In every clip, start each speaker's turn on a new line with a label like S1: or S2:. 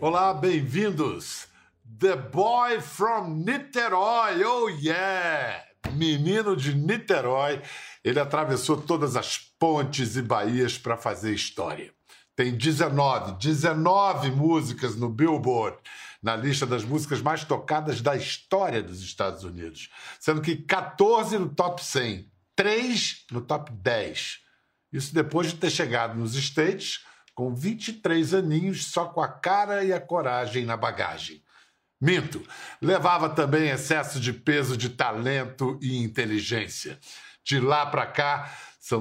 S1: Olá, bem-vindos! The Boy from Niterói, oh yeah! Menino de Niterói, ele atravessou todas as pontes e baías para fazer história. Tem 19 músicas no Billboard, na lista das músicas mais tocadas da história dos Estados Unidos, sendo que 14 no top 100, 3 no top 10. Isso depois de ter chegado nos States com 23 aninhos, só com a cara e a coragem na bagagem. Minto, levava também excesso de peso de talento e inteligência. De lá para cá, são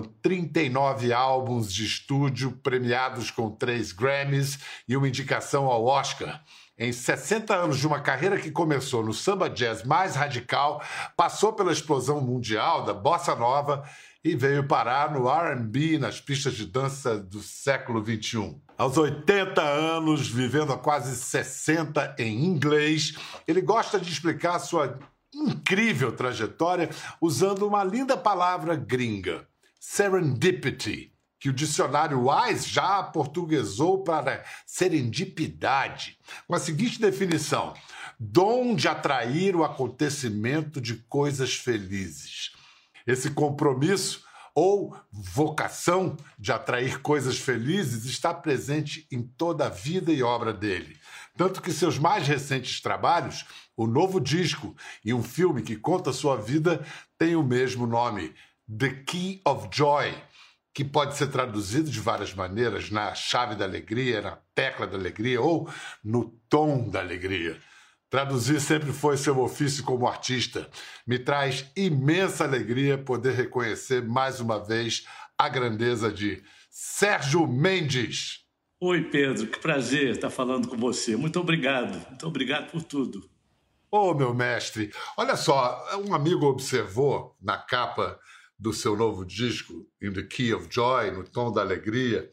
S1: 39 álbuns de estúdio premiados com 3 Grammys e uma indicação ao Oscar. Em 60 anos de uma carreira que começou no samba jazz mais radical, passou pela explosão mundial da bossa nova e veio parar no R&B, nas pistas de dança do século XXI. Aos 80 anos, vivendo há quase 60 em inglês, ele gosta de explicar sua incrível trajetória usando uma linda palavra gringa, serendipity, que o dicionário Wise já aportuguesou para serendipidade, com a seguinte definição: dom de atrair o acontecimento de coisas felizes. Esse compromisso ou vocação de atrair coisas felizes está presente em toda a vida e obra dele. Tanto que seus mais recentes trabalhos, o novo disco e um filme que conta sua vida, têm o mesmo nome, The Key of Joy, que pode ser traduzido de várias maneiras, na chave da alegria, na tecla da alegria ou no tom da alegria. Traduzir sempre foi seu ofício como artista. Me traz imensa alegria poder reconhecer mais uma vez a grandeza de Sérgio Mendes.
S2: Oi, Pedro, que prazer estar falando com você. Muito obrigado por tudo.
S1: Ô, meu mestre, olha só, um amigo observou na capa do seu novo disco, In the Key of Joy, no tom da alegria,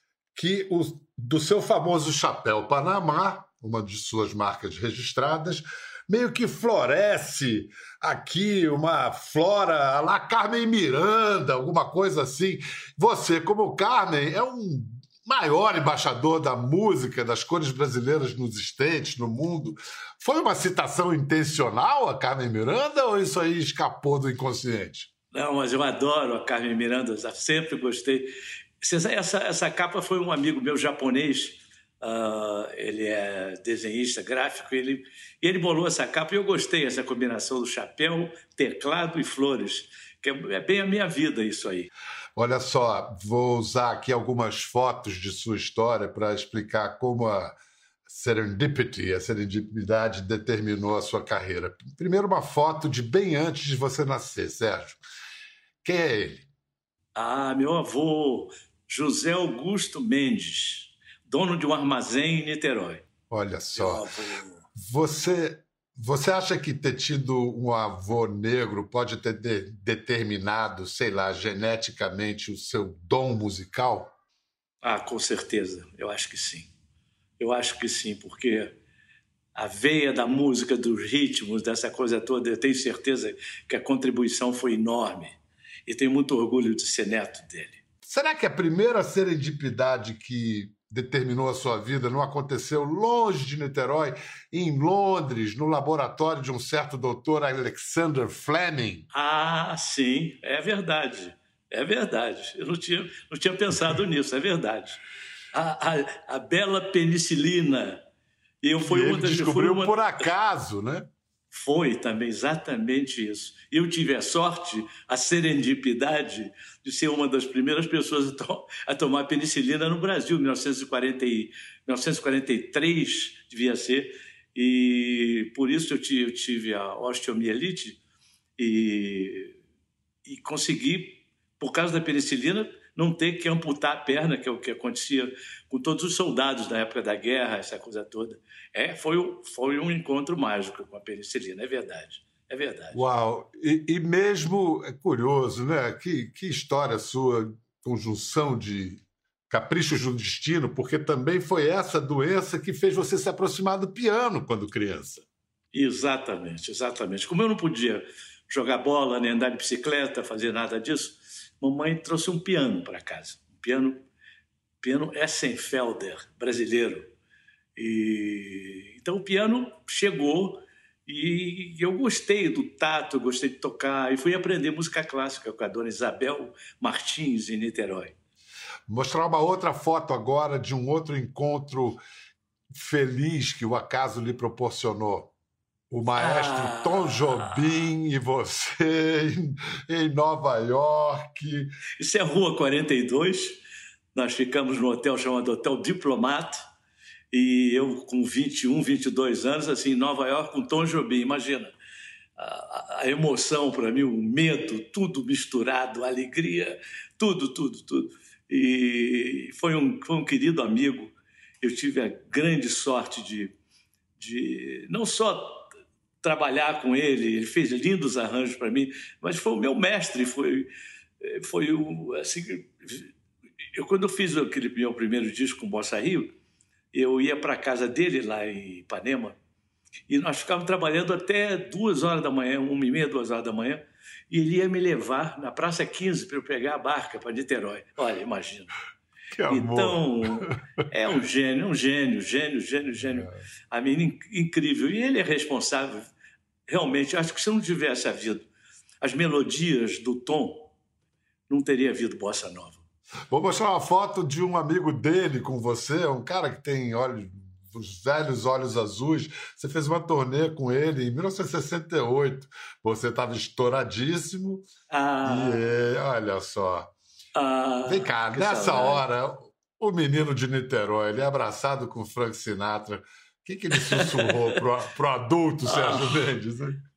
S1: que do seu famoso chapéu Panamá, uma de suas marcas registradas, meio que floresce aqui uma flora à la Carmen Miranda, alguma coisa assim. Você, como Carmen, é um maior embaixador da música, das cores brasileiras nos States, no mundo. Foi uma citação intencional a Carmen Miranda ou isso aí escapou do inconsciente?
S2: Não, mas eu adoro a Carmen Miranda, sempre gostei. Essa capa foi um amigo meu japonês. Ele é desenhista gráfico, ele bolou essa capa e eu gostei dessa combinação do chapéu, teclado e flores, que é bem a minha vida isso aí.
S1: Olha só, vou usar aqui algumas fotos de sua história para explicar como a serendipidade determinou a sua carreira. Primeiro, uma foto de bem antes de você nascer, Sérgio. Quem é ele?
S2: Meu avô, José Augusto Mendes, dono de um armazém em Niterói.
S1: Olha só, você acha que ter tido um avô negro pode ter determinado, sei lá, geneticamente o seu dom musical?
S2: Com certeza, eu acho que sim. Eu acho que sim, porque a veia da música, dos ritmos, dessa coisa toda, eu tenho certeza que a contribuição foi enorme. E tenho muito orgulho de ser neto dele.
S1: Será que a primeira serendipidade que determinou a sua vida não aconteceu longe de Niterói, em Londres, no laboratório de um certo doutor Alexander Fleming?
S2: Sim, é verdade. É verdade. Eu não tinha pensado nisso, é verdade. A bela penicilina.
S1: Ele descobriu por acaso, né?
S2: Foi também exatamente isso. Eu tive a sorte, a serendipidade de ser uma das primeiras pessoas a tomar penicilina no Brasil, em 1943, devia ser, e por isso eu tive a osteomielite e consegui, por causa da penicilina, não ter que amputar a perna, que é o que acontecia com todos os soldados na época da guerra, essa coisa toda. Foi um encontro mágico com a penicilina, é verdade. É verdade.
S1: Uau! E mesmo, é curioso, né? Que história sua, conjunção de caprichos do destino, porque também foi essa doença que fez você se aproximar do piano quando criança.
S2: Exatamente. Como eu não podia jogar bola, nem andar de bicicleta, fazer nada disso, mamãe trouxe um piano para casa. Um piano Essenfelder, brasileiro. Então o piano chegou e eu gostei do tato, eu gostei de tocar e fui aprender música clássica com a dona Isabel Martins, em Niterói.
S1: Mostrar uma outra foto agora de um outro encontro feliz que o acaso lhe proporcionou. O maestro Tom Jobim e você em Nova York.
S2: Isso é Rua 42. Nós ficamos num hotel chamado Hotel Diplomate. E eu, com 21, 22 anos, assim, em Nova York, com Tom Jobim. Imagina a emoção para mim, o medo, tudo misturado, a alegria, tudo. E foi um querido amigo. Eu tive a grande sorte de não só trabalhar com ele, ele fez lindos arranjos para mim, mas foi o meu mestre, assim, quando eu fiz aquele meu primeiro disco com Bossa Rio, eu ia para a casa dele lá em Ipanema e nós ficávamos trabalhando até 2 horas da manhã, 1h30, 2 horas da manhã, e ele ia me levar na Praça 15 para eu pegar a barca para Niterói. Olha, imagina.
S1: Que amor.
S2: Então, é um gênio. A menina incrível. E ele é responsável, realmente. Acho que se não tivesse havido as melodias do Tom, não teria havido bossa nova.
S1: Vou mostrar uma foto de um amigo dele com você, um cara que tem os velhos olhos azuis. Você fez uma turnê com ele em 1968. Você estava estouradíssimo. E olha só. Vem cá, nessa hora, o menino de Niterói, ele é abraçado com Frank Sinatra. O que ele sussurrou pro adulto Sérgio Mendes?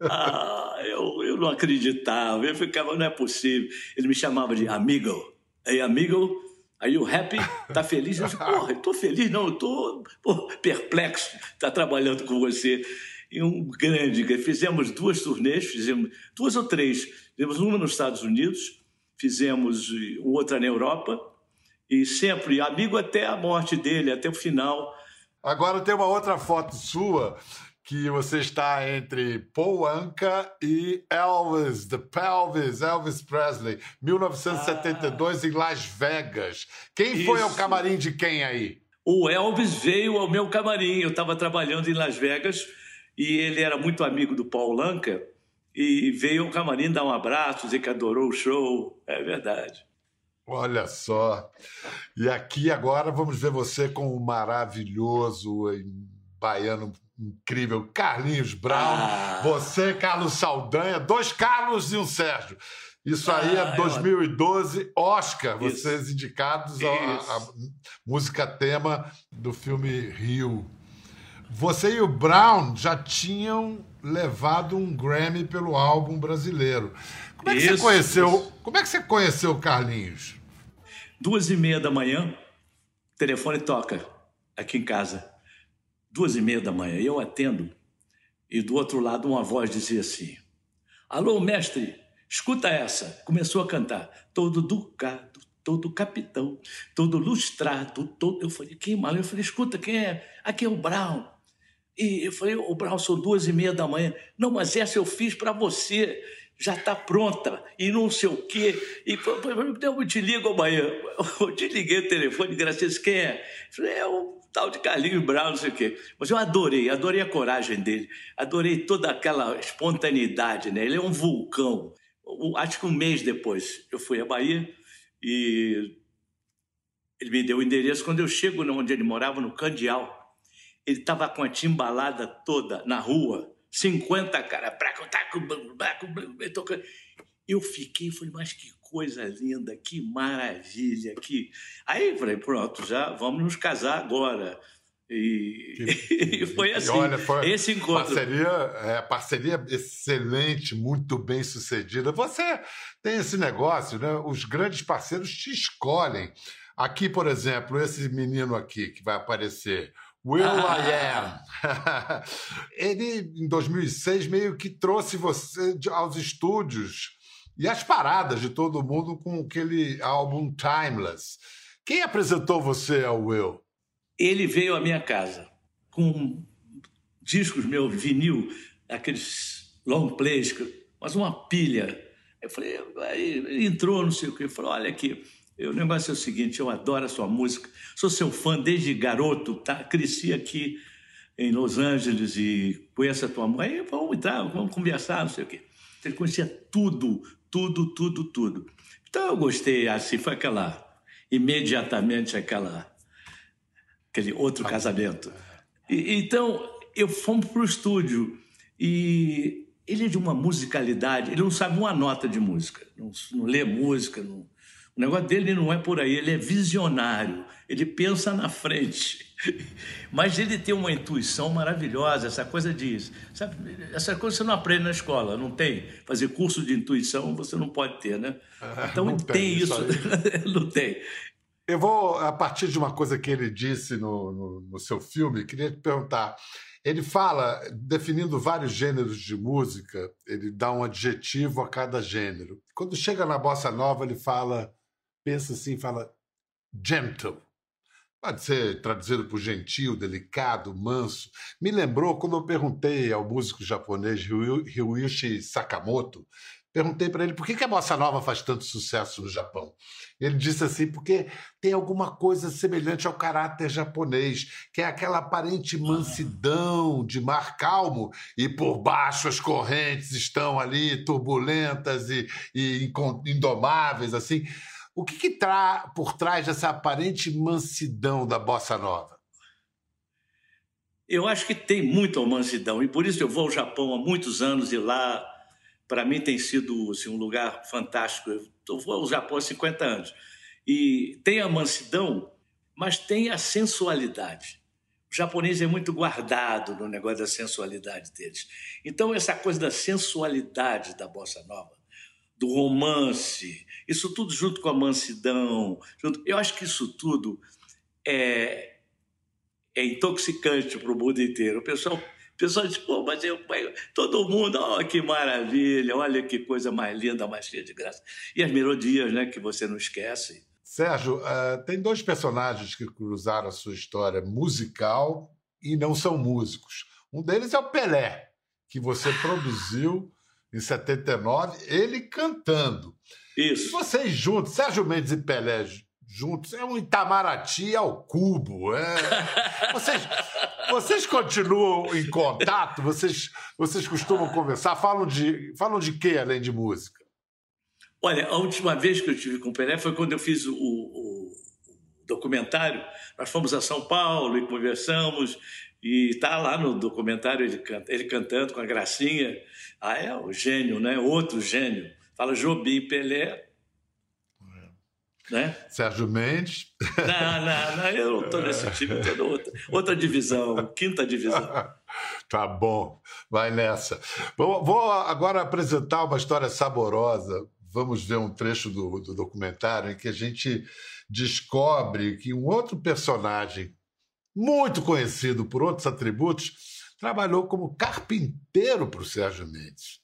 S2: Eu não acreditava. Eu ficava, não é possível. Ele me chamava de amigo. Hey, amigo, are you happy? Tá feliz? Eu disse, porra, eu tô feliz. Não, eu tô perplexo. Tá trabalhando com você. E fizemos 2 turnês, fizemos 2 ou 3. Fizemos uma nos Estados Unidos, fizemos outra na Europa, e sempre amigo até a morte dele, até o final.
S1: Agora tem uma outra foto sua, que você está entre Paul Anka e Elvis, Elvis Presley, 1972, em Las Vegas. Quem foi ao camarim de quem aí?
S2: O Elvis veio ao meu camarim, eu estava trabalhando em Las Vegas, e ele era muito amigo do Paul Anka, e veio ao camarim dar um abraço, dizer que adorou o show. É verdade.
S1: Olha só. E aqui agora vamos ver você com o maravilhoso baiano incrível Carlinhos Brown. Você, Carlos Saldanha, 2 Carlos e um Sérgio. Isso aí é 2012, Oscar, vocês indicados a música tema do filme Rio. Você e o Brown já tinham levado um Grammy pelo álbum brasileiro. Como é que você conheceu o Carlinhos?
S2: 2h30 da manhã, o telefone toca aqui em casa. 2h30 da manhã, eu atendo e do outro lado uma voz dizia assim: alô, mestre, escuta essa. Começou a cantar: todo ducado, todo capitão, todo lustrado, todo... Eu falei, quem maluco? Eu falei, escuta, quem é? Aqui é o Brown. E eu falei, o Brown, são 2h30 da manhã. Não, mas essa eu fiz para você, já está pronta, e não sei o quê. E eu te ligo amanhã. Eu te liguei o telefone, graças a quem é? Eu falei, é o tal de Carlinhos Brown, não sei o quê. Mas eu adorei a coragem dele, adorei toda aquela espontaneidade, né? Ele é um vulcão. Acho que um mês depois eu fui à Bahia e ele me deu o endereço. Quando eu chego onde ele morava, no Candial, ele estava com a timbalada toda na rua, 50 caras, tocando. Eu fiquei, falei, mas que coisa linda, que maravilha. Aí falei, pronto, já vamos nos casar agora. E foi assim,
S1: olha,
S2: esse encontro.
S1: Parceria excelente, muito bem sucedida. Você tem esse negócio, né? Os grandes parceiros te escolhem. Aqui, por exemplo, esse menino aqui que vai aparecer, will.i.am. Ele, em 2006, meio que trouxe você aos estúdios e às paradas de todo mundo com aquele álbum Timeless. Quem apresentou você ao Will?
S2: Ele veio à minha casa com discos meus, vinil, aqueles long plays, mas uma pilha. Eu falei, aí ele entrou, não sei o quê, falou, olha aqui, O negócio é o seguinte, eu adoro a sua música, sou seu fã desde garoto, tá? Cresci aqui em Los Angeles e conheço a tua música. Aí vamos entrar, vamos conversar, não sei o quê. Ele conhecia tudo, tudo, tudo, tudo. Então eu gostei, assim, foi imediatamente aquele outro casamento. Então, fomos para o estúdio e ele é de uma musicalidade, ele não sabe uma nota de música, não lê música, o negócio dele não é por aí, ele é visionário, ele pensa na frente, mas ele tem uma intuição maravilhosa, essa coisa essa coisa você não aprende na escola, não tem, fazer curso de intuição você não pode ter, né? Então ele tem isso, não tem.
S1: Eu vou, a partir de uma coisa que ele disse no seu filme, queria te perguntar. Ele fala, definindo vários gêneros de música, ele dá um adjetivo a cada gênero. Quando chega na bossa nova, ele pensa assim, fala gentle. Pode ser traduzido por gentil, delicado, manso. Me lembrou quando eu perguntei ao músico japonês Ryuichi Sakamoto, perguntei para ele por que a bossa nova faz tanto sucesso no Japão. Ele disse assim, porque tem alguma coisa semelhante ao caráter japonês, que é aquela aparente mansidão de mar calmo, e por baixo as correntes estão ali turbulentas e indomáveis, assim. O que está por trás dessa aparente mansidão da bossa nova?
S2: Eu acho que tem muita mansidão, e por isso eu vou ao Japão há muitos anos e lá, para mim, tem sido assim, um lugar fantástico. Eu vou ao Japão há 50 anos. E tem a mansidão, mas tem a sensualidade. O japonês é muito guardado no negócio da sensualidade deles. Então, essa coisa da sensualidade da bossa nova, do romance, isso tudo junto com a mansidão, eu acho que isso tudo é intoxicante para o mundo inteiro. O pessoal diz, pô, mas todo mundo, que maravilha, olha que coisa mais linda, mais cheia de graça. E as melodias, né, que você não esquece.
S1: Sérgio, tem dois personagens que cruzaram a sua história musical e não são músicos. Um deles é o Pelé, que você produziu em 79, ele cantando.
S2: Isso.
S1: E vocês juntos, Sérgio Mendes e Pelé juntos, é um Itamaraty ao cubo. Vocês continuam em contato? Vocês costumam conversar? Falam de quê, além de música?
S2: Olha, a última vez que eu estive com o Pelé foi quando eu fiz o documentário. Nós fomos a São Paulo e conversamos, e está lá no documentário ele cantando com a Gracinha. É o gênio, né? Outro gênio. Fala Jobim, Pelé. Né?
S1: Sérgio Mendes.
S2: Não, eu não estou nesse time, estou outra divisão, quinta divisão.
S1: Tá bom, vai nessa. Vou agora apresentar uma história saborosa. Vamos ver um trecho do documentário em que a gente descobre que um outro personagem muito conhecido por outros atributos trabalhou como carpinteiro para o Sérgio Mendes.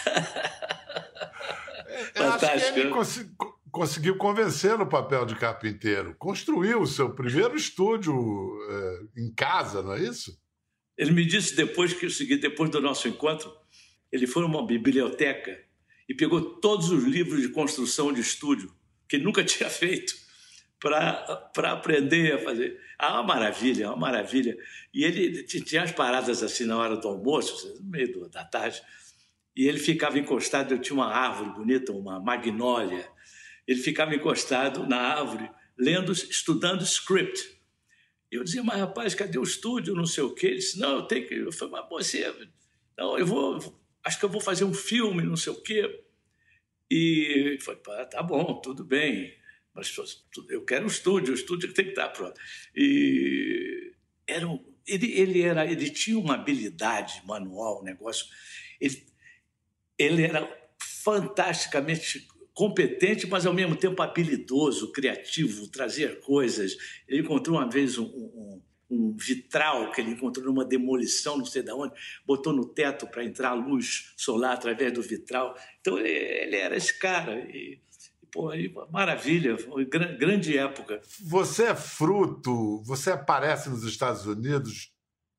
S1: Acho que ele conseguiu convencer no papel de carpinteiro. Construiu o seu primeiro estúdio em casa, não é isso?
S2: Ele me disse depois do nosso encontro, ele foi numa biblioteca e pegou todos os livros de construção de estúdio que ele nunca tinha feito para aprender a fazer. Uma maravilha, uma maravilha. E ele tinha as paradas assim na hora do almoço, no meio da tarde, e ele ficava encostado. Eu tinha uma árvore bonita, uma magnólia. Ele ficava encostado na árvore, estudando script. Eu dizia, mas rapaz, cadê o estúdio, não sei o quê? Ele disse, não, eu tenho que... Eu falei, mas você... Não, acho que eu vou fazer um filme, não sei o quê. E ele falou, tá bom, tudo bem, mas eu quero um estúdio, o estúdio tem que estar pronto. E ele tinha uma habilidade manual, negócio. Ele era fantasticamente competente, mas ao mesmo tempo habilidoso, criativo, trazia coisas. Ele encontrou uma vez um vitral que ele encontrou numa demolição, não sei de onde, botou no teto para entrar luz solar através do vitral. Então ele era esse cara. Maravilha, foi grande época.
S1: Você aparece nos Estados Unidos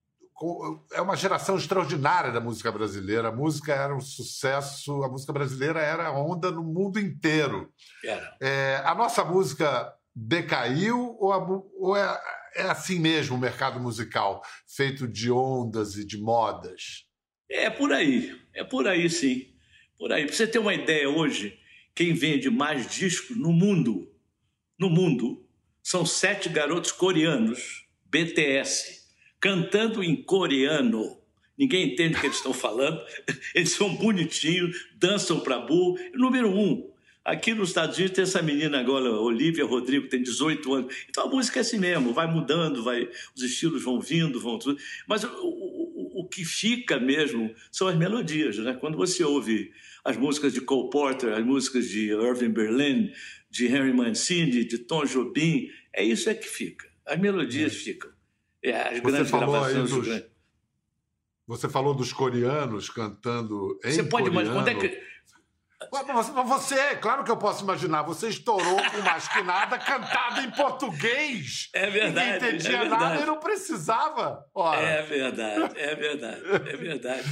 S1: é uma geração extraordinária da música brasileira. A música era um sucesso, a música brasileira era onda no mundo inteiro. A nossa música decaiu ou é assim mesmo o mercado musical, feito de ondas e de modas?
S2: É por aí sim. Por aí. Para você ter uma ideia, hoje, quem vende mais discos no mundo, são 7 garotos coreanos, BTS, cantando em coreano. Ninguém entende o que eles estão falando. Eles são bonitinhos, dançam para burro. Número 1. Aqui nos Estados Unidos tem essa menina agora, Olivia Rodrigo, tem 18 anos. Então a música é assim mesmo, vai mudando, os estilos vão vindo, tudo. Mas o que fica mesmo são as melodias, né? Quando você ouve as músicas de Cole Porter, as músicas de Irving Berlin, de Henry Mancini, de Tom Jobim, é isso que fica. As melodias ficam. As grandes gravações.
S1: Você falou dos coreanos cantando em
S2: Você pode
S1: coreano.
S2: imaginar, quando é que...
S1: Você, claro que eu posso imaginar, você estourou com Mais Que Nada cantado em português.
S2: É verdade.
S1: Ninguém entendia nada e não precisava. Ora.
S2: É verdade.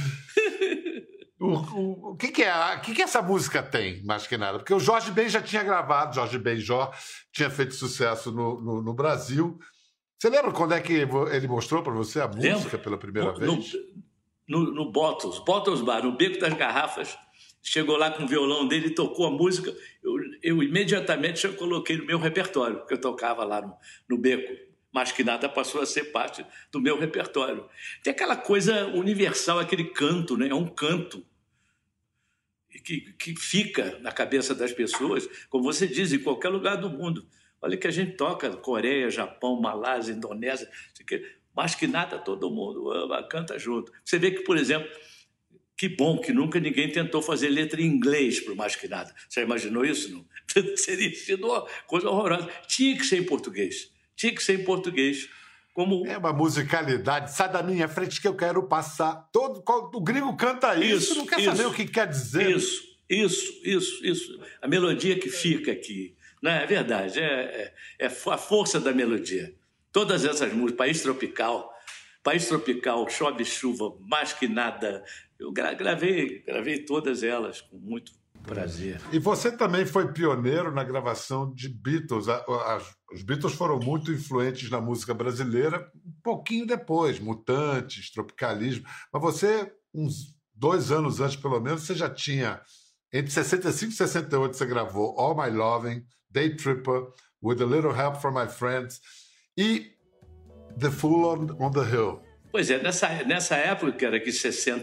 S1: O que essa música tem, Mais Que Nada? Porque o Jorge Ben já tinha gravado, Jorge Benjor tinha feito sucesso no Brasil. Você lembra quando é que ele mostrou para você a música pela primeira vez?
S2: No Bottles Bar, no Beco das Garrafas. Chegou lá com o violão dele e tocou a música. Eu imediatamente já coloquei no meu repertório, porque eu tocava lá no Beco. Mais Que Nada passou a ser parte do meu repertório. Tem aquela coisa universal, aquele canto, né? É um canto que fica na cabeça das pessoas, como você diz, em qualquer lugar do mundo. Olha que a gente toca Coreia, Japão, Malásia, Indonésia, Mais Que Nada todo mundo ama, canta junto. Você vê que, por exemplo, que bom que nunca ninguém tentou fazer letra em inglês para o Mais Que Nada. Você imaginou isso? Não? Seria sido uma coisa horrorosa. Tinha que ser em português. Como...
S1: É uma musicalidade. Sai da minha frente que eu quero passar. O gringo canta isso, não quer saber o que quer dizer.
S2: Isso. A melodia que fica aqui. Não, é verdade. É a força da melodia. Todas essas músicas, País Tropical, Chove Chuva, Mais Que Nada... Eu gravei todas elas com muito prazer.
S1: E você também foi pioneiro na gravação de Beatles. Os Beatles foram muito influentes na música brasileira um pouquinho depois, Mutantes, Tropicalismo. Mas você, uns 2 anos antes pelo menos, você já tinha, entre 65 e 68, você gravou All My Loving, Day Tripper, With a Little Help from My Friends e The Fool on the Hill.
S2: Pois é, nessa época, que era aqui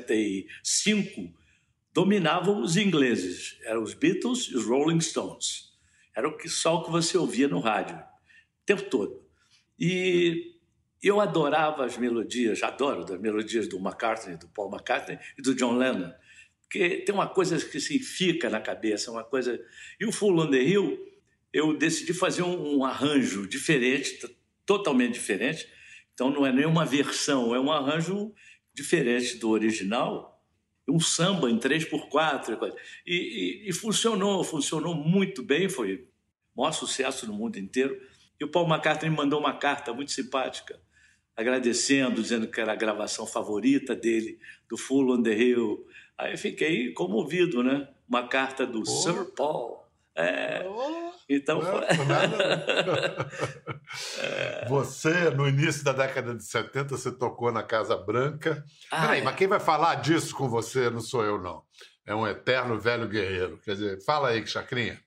S2: 65, dominavam os ingleses. Eram os Beatles e os Rolling Stones. Era só o que você ouvia no rádio, o tempo todo. E eu adorava as melodias, adoro as melodias do McCartney, do Paul McCartney e do John Lennon, porque tem uma coisa que se fica na cabeça, uma coisa... E o Fool on the Hill, eu decidi fazer um arranjo diferente, totalmente diferente. Então, não é nenhuma versão, é um arranjo diferente do original, um samba em 3x4. E funcionou muito bem, foi o maior sucesso no mundo inteiro. E o Paul McCartney me mandou uma carta muito simpática, agradecendo, dizendo que era a gravação favorita dele, do Fool on the Hill. Aí eu fiquei comovido, né? Uma carta do Sir Paul. Então...
S1: Você, no início da década de 70, você tocou na Casa Branca. Peraí, mas quem vai falar disso com você não sou eu, não. É um eterno velho guerreiro. Quer dizer, fala aí, Chacrinha.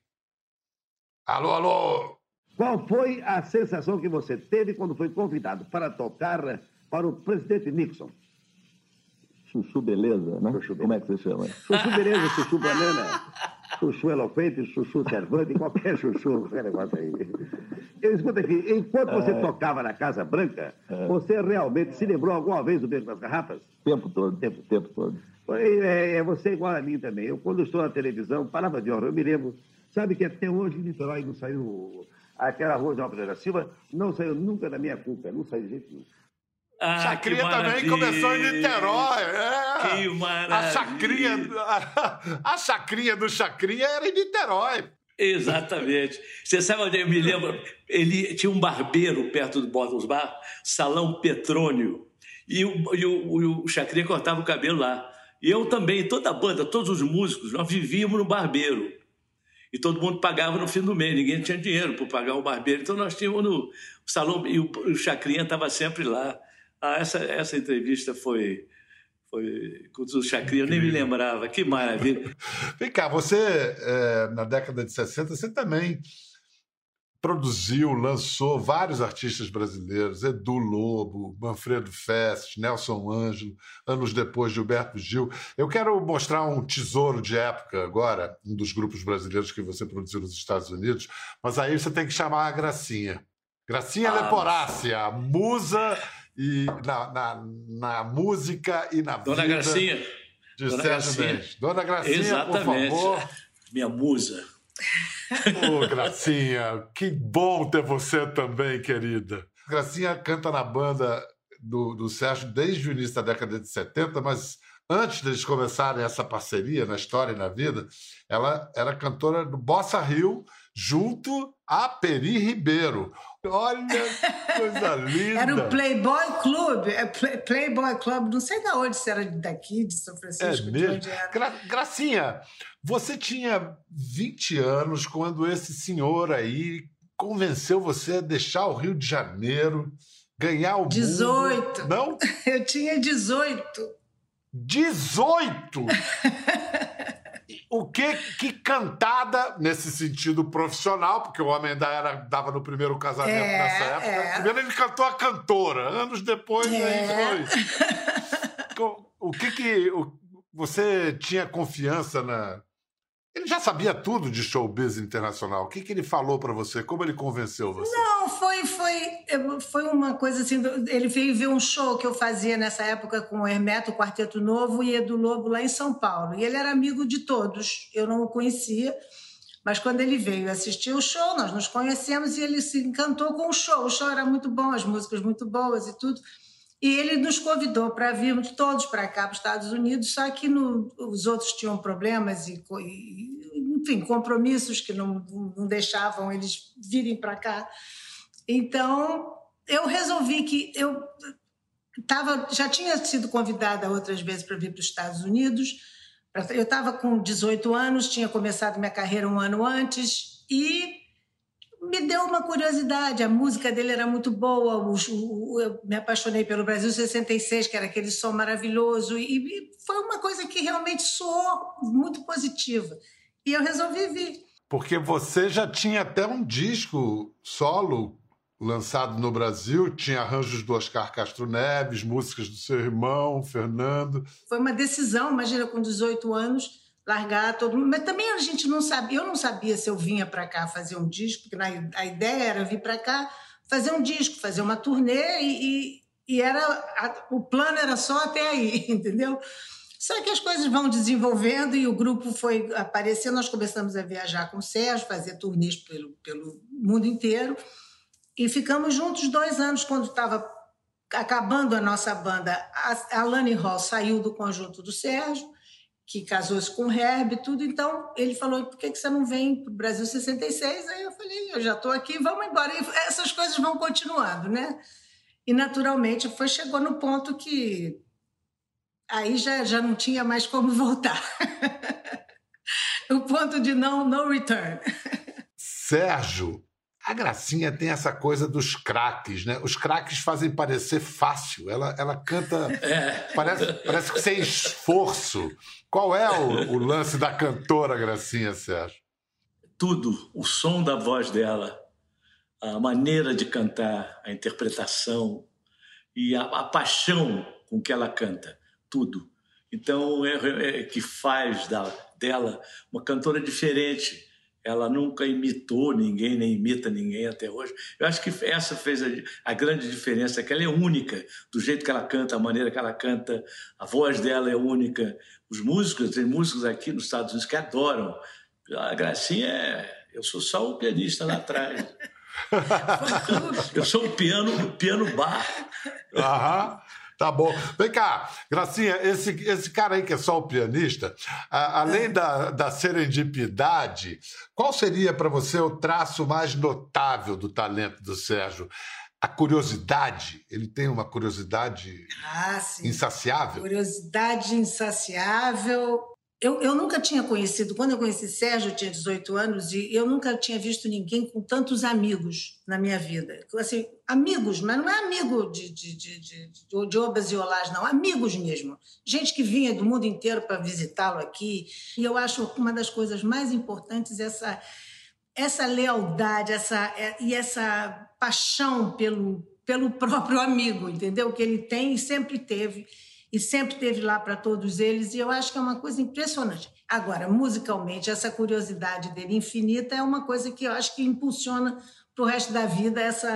S1: Alô?
S3: Qual foi a sensação que você teve quando foi convidado para tocar para o presidente Nixon?
S4: Chuchu Beleza, né?
S3: Chuchu Beleza.
S4: Como é que você chama?
S3: Chuchu Beleza, Chuchu Banana, Chuchu Eloquente, Chuchu Cervante, qualquer chuchu, esse negócio aí. Eu escuto aqui, enquanto você tocava na Casa Branca, você realmente se lembrou alguma vez do Beco das Garrafas?
S4: O tempo todo.
S3: Você é igual a mim também. Eu, quando estou na televisão, palavra de honra, eu me lembro. Sabe que até hoje em Niterói não saiu aquela rua de Alves da Silva, não saiu nunca da minha culpa, não saiu de jeito nenhum.
S1: Chacrinha também começou em Niterói.
S2: Que maravilha!
S1: A chacrinha do Chacrinha era em Niterói.
S2: Exatamente. Você sabe onde eu me lembro? Ele tinha um barbeiro perto do Bottles Bar, Salão Petrônio. o Chacrinha cortava o cabelo lá. E eu também, toda a banda, todos os músicos, nós vivíamos no barbeiro. E todo mundo pagava no fim do mês, ninguém tinha dinheiro para pagar o barbeiro. Então nós tínhamos no salão, e o Chacrinha estava sempre lá. Essa entrevista foi com o Chacrinha, eu nem me lembrava, que maravilha.
S1: Vem cá, você, na década de 60, você também produziu, lançou vários artistas brasileiros, Edu Lobo, Manfredo Fest, Nelson Ângelo, anos depois Gilberto Gil. Eu quero mostrar um tesouro de época agora, um dos grupos brasileiros que você produziu nos Estados Unidos, mas aí você tem que chamar a Gracinha. Gracinha Leporassi, a musa e na música e na
S2: Dona
S1: vida
S2: Gracinha.
S1: de Sérgio Mendes. Dona Gracinha,
S2: exatamente,
S1: por favor.
S2: Minha musa.
S1: Ô, Gracinha, que bom ter você também, querida. Gracinha canta na banda do Sérgio desde o início da década de 70, mas antes deles começarem essa parceria na história e na vida, ela era cantora do Bossa Rio, junto a Peri Ribeiro. Olha que coisa linda!
S5: Era o Playboy Club, Playboy Club, não sei de onde, se era daqui, de São Francisco, de onde era.
S1: Gracinha, você tinha 20 anos quando esse senhor aí convenceu você a deixar o Rio de Janeiro, ganhar o
S5: 18.
S1: mundo. Não?
S5: Eu tinha 18.
S1: 18? O que cantada nesse sentido profissional, porque o homem ainda estava no primeiro casamento nessa época. Primeiro ele cantou a cantora, anos depois aí foi. O que você tinha confiança na... Ele já sabia tudo de showbiz internacional. O que ele falou para você? Como ele convenceu você?
S5: Não, foi uma coisa assim... Ele veio ver um show que eu fazia nessa época com o Hermeto, o Quarteto Novo, e Edu Lobo lá em São Paulo. E ele era amigo de todos. Eu não o conhecia, mas quando ele veio assistir o show, nós nos conhecemos e ele se encantou com o show. O show era muito bom, as músicas muito boas e tudo. E ele nos convidou para virmos todos para cá, para os Estados Unidos, só que os outros tinham problemas e enfim, compromissos que não deixavam eles virem para cá. Então, eu resolvi que eu já tinha sido convidada outras vezes para vir para os Estados Unidos. Eu estava com 18 anos, tinha começado minha carreira um ano antes e me deu uma curiosidade. A música dele era muito boa, eu me apaixonei pelo Brasil 66, que era aquele som maravilhoso, e foi uma coisa que realmente soou muito positiva. E eu resolvi vir.
S1: Porque você já tinha até um disco solo lançado no Brasil, tinha arranjos do Oscar Castro Neves, músicas do seu irmão, Fernando.
S5: Foi uma decisão, imagina, com 18 anos, largar todo mundo. Mas também a gente não sabia, eu não sabia se eu vinha para cá fazer um disco, porque a ideia era vir para cá fazer um disco, fazer uma turnê e o plano era só até aí, entendeu? Só que as coisas vão desenvolvendo e o grupo foi aparecendo, nós começamos a viajar com o Sérgio, fazer turnês pelo mundo inteiro e ficamos juntos 2 anos. Quando estava acabando a nossa banda, a Alane Hall saiu do conjunto do Sérgio, que casou-se com o Herb e tudo, então ele falou, por que você não vem para o Brasil 66? Aí eu falei, eu já estou aqui, vamos embora. E essas coisas vão continuando, né? E naturalmente chegou no ponto que aí já não tinha mais como voltar. O ponto de no return.
S1: Sérgio, a Gracinha tem essa coisa dos craques, né? Os craques fazem parecer fácil. Ela canta... Parece que sem esforço. Qual é o lance da cantora Gracinha, Sérgio?
S2: Tudo. O som da voz dela, a maneira de cantar, a interpretação e a paixão com que ela canta. Tudo. Então, que faz dela uma cantora diferente. Ela nunca imitou ninguém, nem imita ninguém até hoje. Eu acho que essa fez a grande diferença, que ela é única, do jeito que ela canta, a maneira que ela canta, a voz dela é única. Tem músicos aqui nos Estados Unidos que adoram. A Gracinha eu sou só o pianista lá atrás. Eu sou o piano bar.
S1: Aham. Tá bom. Vem cá, Gracinha, esse cara aí que é só o pianista, além da serendipidade, qual seria para você o traço mais notável do talento do Sérgio? a curiosidade, ele tem uma curiosidade insaciável?
S5: Curiosidade insaciável. Eu nunca tinha conhecido, quando eu conheci Sérgio, eu tinha 18 anos, e eu nunca tinha visto ninguém com tantos amigos na minha vida. Assim, amigos, mas não é amigo de obras e olás, não, amigos mesmo. Gente que vinha do mundo inteiro para visitá-lo aqui. E eu acho que uma das coisas mais importantes é essa lealdade e essa paixão pelo próprio amigo, entendeu? Que ele tem e sempre teve lá para todos eles, e eu acho que é uma coisa impressionante. Agora, musicalmente, essa curiosidade dele infinita é uma coisa que eu acho que impulsiona para o resto da vida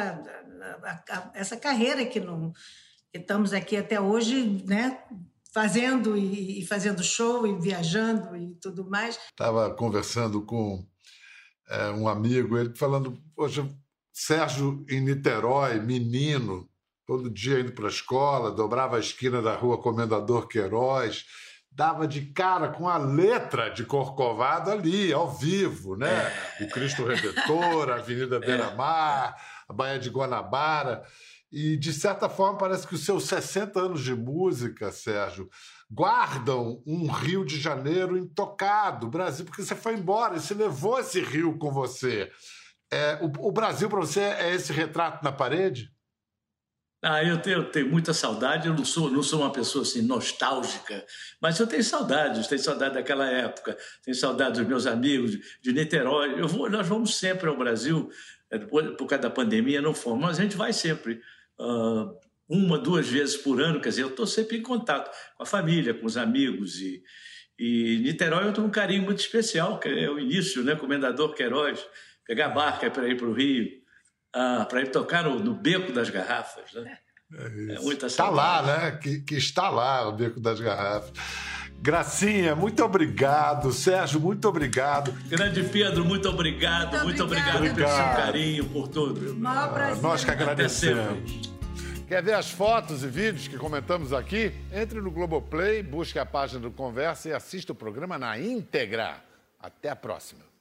S5: essa carreira que estamos aqui até hoje, né? Fazendo fazendo show e viajando e tudo mais.
S1: Estava conversando com um amigo, ele falando, poxa, Sérgio em Niterói, menino, todo dia indo para a escola, dobrava a esquina da rua Comendador Queiroz, dava de cara com a letra de Corcovado ali, ao vivo, né? O Cristo Redentor, a Avenida Beira-Mar, a Baía de Guanabara. E, de certa forma, parece que os seus 60 anos de música, Sérgio, guardam um Rio de Janeiro intocado, Brasil, porque você foi embora e você levou esse Rio com você. O Brasil, para você, é esse retrato na parede?
S2: Eu tenho muita saudade. Eu não sou uma pessoa assim cnostálgica, mas eu tenho saudade daquela época, tenho saudade dos meus amigos de Niterói. Nós vamos sempre ao Brasil, por causa da pandemia não fomos, mas a gente vai sempre, 1, 2 vezes por ano. Quer dizer, eu estou sempre em contato com a família, com os amigos, e Niterói eu tenho um carinho muito especial, que é o início, né? Comendador Queiroz, pegar a barca para ir para o Rio, para ir tocar no Beco das Garrafas, né?
S1: É
S2: muita
S1: está
S2: saudade.
S1: lá, né? Que está lá, o Beco das Garrafas. Gracinha, muito obrigado. Sérgio, muito obrigado.
S2: Grande Pedro, muito obrigado. Muito obrigado pelo seu carinho, por tudo.
S1: Nós que agradecemos. Quer ver as fotos e vídeos que comentamos aqui? Entre no Globoplay, busque a página do Conversa e assista o programa na íntegra. Até a próxima.